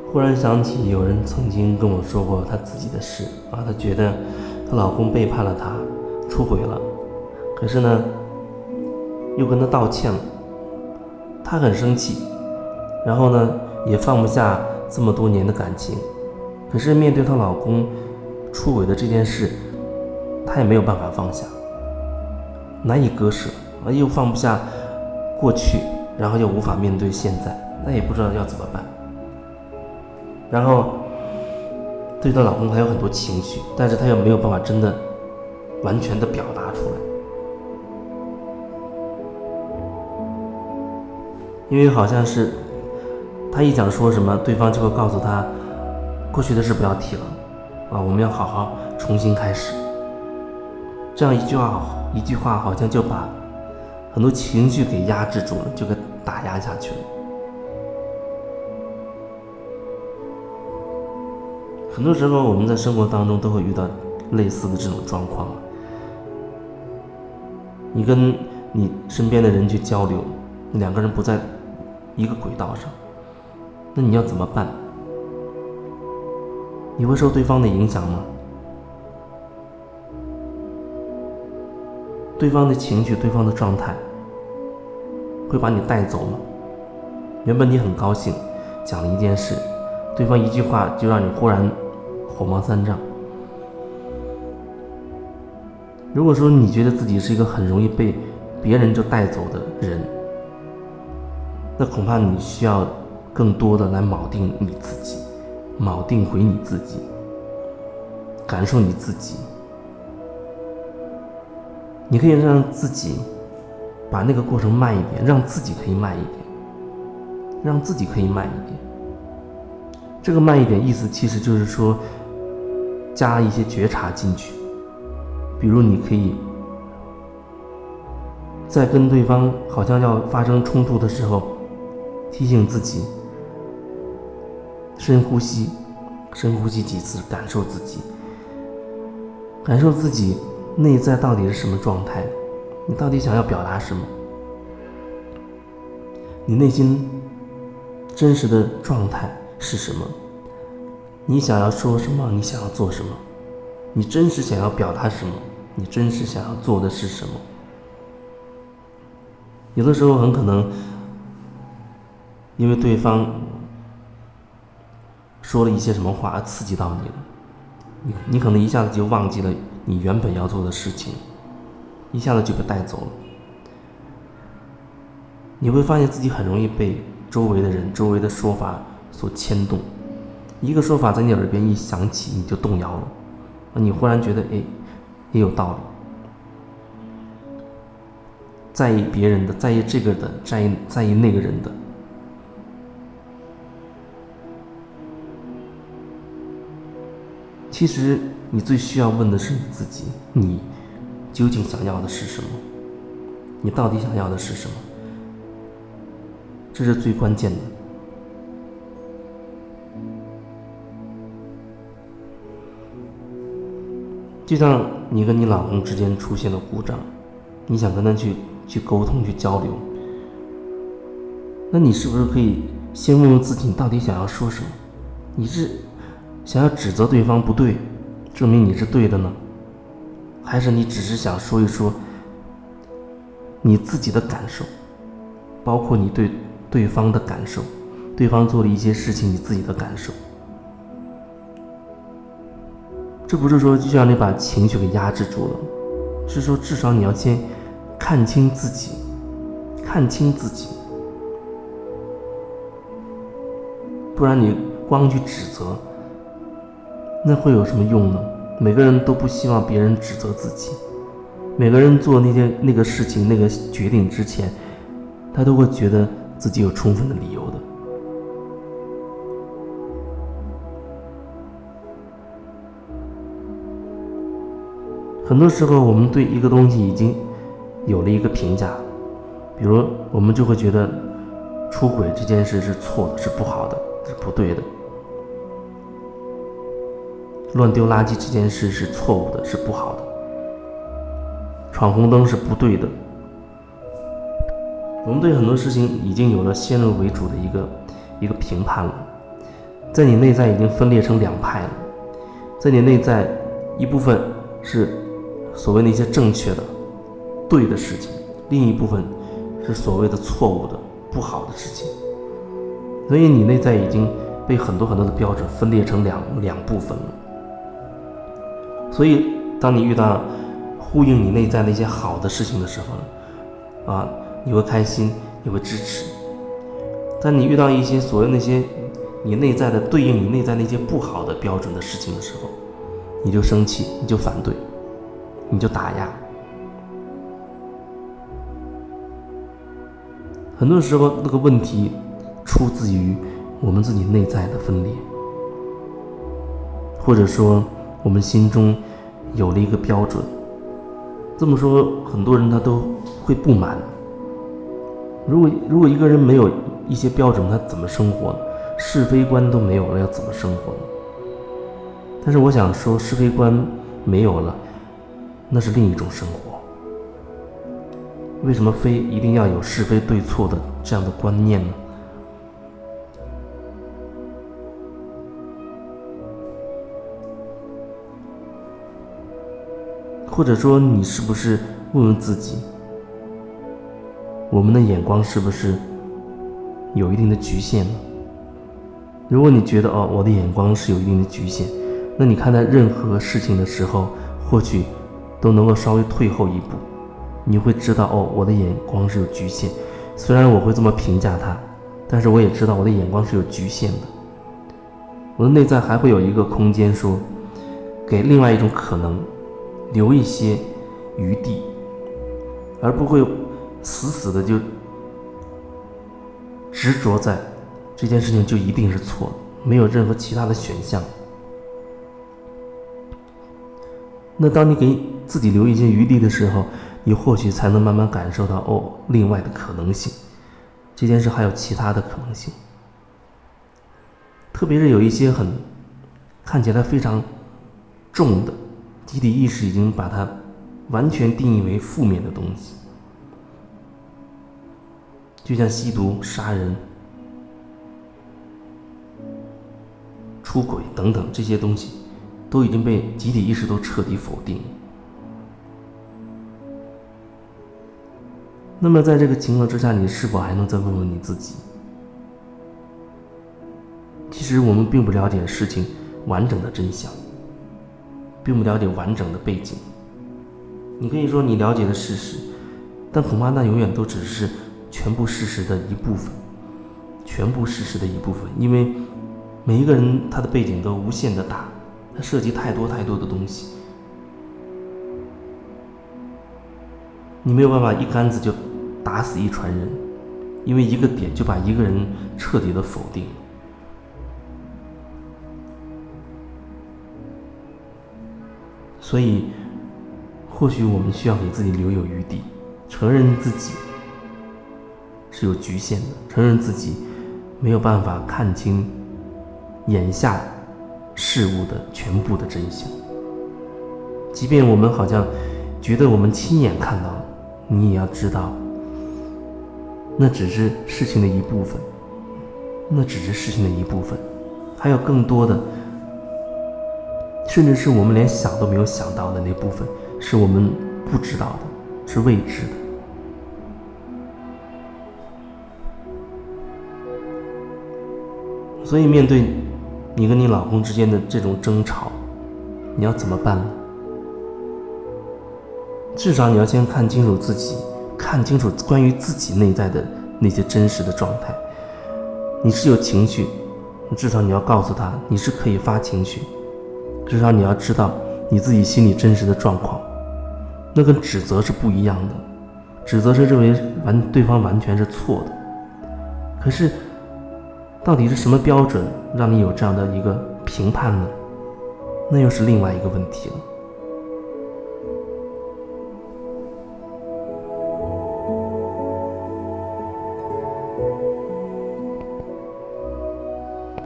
忽然想起有人曾经跟我说过她自己的事啊，她觉得她老公背叛了她，出轨了，可是呢又跟她道歉了，她很生气，然后呢也放不下这么多年的感情，可是面对她老公出轨的这件事，她也没有办法放下，难以割舍，又放不下过去，然后又无法面对现在，那也不知道要怎么办。然后对她老公还有很多情绪，但是她又没有办法真的完全的表达出来，因为好像是她一想说什么，对方就会告诉她过去的事不要提了啊，我们要好好重新开始。这样一句话好像就把很多情绪给压制住了，就给打压下去了。很多时候我们在生活当中都会遇到类似的这种状况，你跟你身边的人去交流，两个人不在一个轨道上，那你要怎么办？你会受对方的影响吗？对方的情绪，对方的状态会把你带走吗？原本你很高兴讲了一件事，对方一句话就让你忽然火冒三丈。如果说你觉得自己是一个很容易被别人就带走的人，那恐怕你需要更多的来铆定你自己，铆定回你自己，感受你自己。你可以让自己把那个过程慢一点，让自己可以慢一点，让自己可以慢一点。这个慢一点意思其实就是说加一些觉察进去，比如你可以在跟对方好像要发生冲突的时候，提醒自己深呼吸，深呼吸几次，感受自己，感受自己内在到底是什么状态，你到底想要表达什么，你内心真实的状态是什么，你想要说什么，你想要做什么，你真实想要表达什么，你真实想要做的是什么。有的时候很可能因为对方说了一些什么话而刺激到你了，你可能一下子就忘记了你原本要做的事情，一下子就被带走了。你会发现自己很容易被周围的人、周围的说法所牵动，一个说法在你耳边一响起，你就动摇了，你忽然觉得也有道理，在意别人的，在意这个的，在意那个人的。其实你最需要问的是你自己，你究竟想要的是什么？你到底想要的是什么？这是最关键的。就像你跟你老公之间出现了故障，你想跟他去沟通、去交流，那你是不是可以先问问自己，你到底想要说什么？你是想要指责对方不对，证明你是对的呢？还是你只是想说一说你自己的感受，包括你对对方的感受，对方做了一些事情你自己的感受？这不是说就让你把情绪给压制住了，是说至少你要先看清自己，看清自己，不然你光去指责，那会有什么用呢？每个人都不希望别人指责自己，每个人做那个事情、那个决定之前，他都会觉得自己有充分的理由的。很多时候我们对一个东西已经有了一个评价，比如我们就会觉得出轨这件事是错的，是不好的，是不对的，乱丢垃圾这件事是错误的，是不好的，闯红灯是不对的。我们对很多事情已经有了先入为主的一个评判了， 在你内在已经分裂成两派了。在你内在一部分是所谓那些正确的对的事情，另一部分是所谓的错误的不好的事情。所以你内在已经被很多很多的标准分裂成两部分了。所以当你遇到呼应你内在那些好的事情的时候呢，你会开心，你会支持。但你遇到一些所谓那些你内在的对应你内在那些不好的标准的事情的时候，你就生气，你就反对，你就打压。很多时候那个问题出自于我们自己内在的分裂，或者说我们心中有了一个标准。这么说，很多人他都会不满。如果一个人没有一些标准，他怎么生活呢？是非观都没有了，要怎么生活呢？但是我想说，是非观没有了，那是另一种生活。为什么非一定要有是非对错的这样的观念呢？或者说，你是不是问问自己，我们的眼光是不是有一定的局限呢？如果你觉得我的眼光是有一定的局限，那你看待任何事情的时候，或许都能够稍微退后一步。你会知道我的眼光是有局限，虽然我会这么评价它，但是我也知道我的眼光是有局限的。我的内在还会有一个空间，说给另外一种可能留一些余地，而不会死死的就执着在这件事情就一定是错的，没有任何其他的选项。那当你给自己留一些余地的时候，你或许才能慢慢感受到另外的可能性，这件事还有其他的可能性。特别是有一些看起来非常重的集体意识，已经把它完全定义为负面的东西，就像吸毒、杀人、出轨等等，这些东西都已经被集体意识都彻底否定。那么在这个情况之下，你是否还能再问问你自己，其实我们并不了解事情完整的真相，并不了解完整的背景。你可以说你了解了事实，但恐怕那永远都只是全部事实的一部分，因为每一个人他的背景都无限的大，他涉及太多的东西，你没有办法一竿子就打死一船人，因为一个点就把一个人彻底的否定。所以或许我们需要给自己留有余地，承认自己是有局限的，承认自己没有办法看清眼下事物的全部的真相。即便我们好像觉得我们亲眼看到了，你也要知道那只是事情的一部分，还有更多的，甚至是我们连想都没有想到的那部分，是我们不知道的，是未知的。所以面对你跟你老公之间的这种争吵，你要怎么办呢？至少你要先看清楚自己，看清楚关于自己内在的那些真实的状态。你是有情绪，至少你要告诉他你是可以发情绪，至少你要知道你自己心里真实的状况。那跟指责是不一样的，指责是认为对方完全是错的。可是到底是什么标准让你有这样的一个评判呢？那又是另外一个问题了。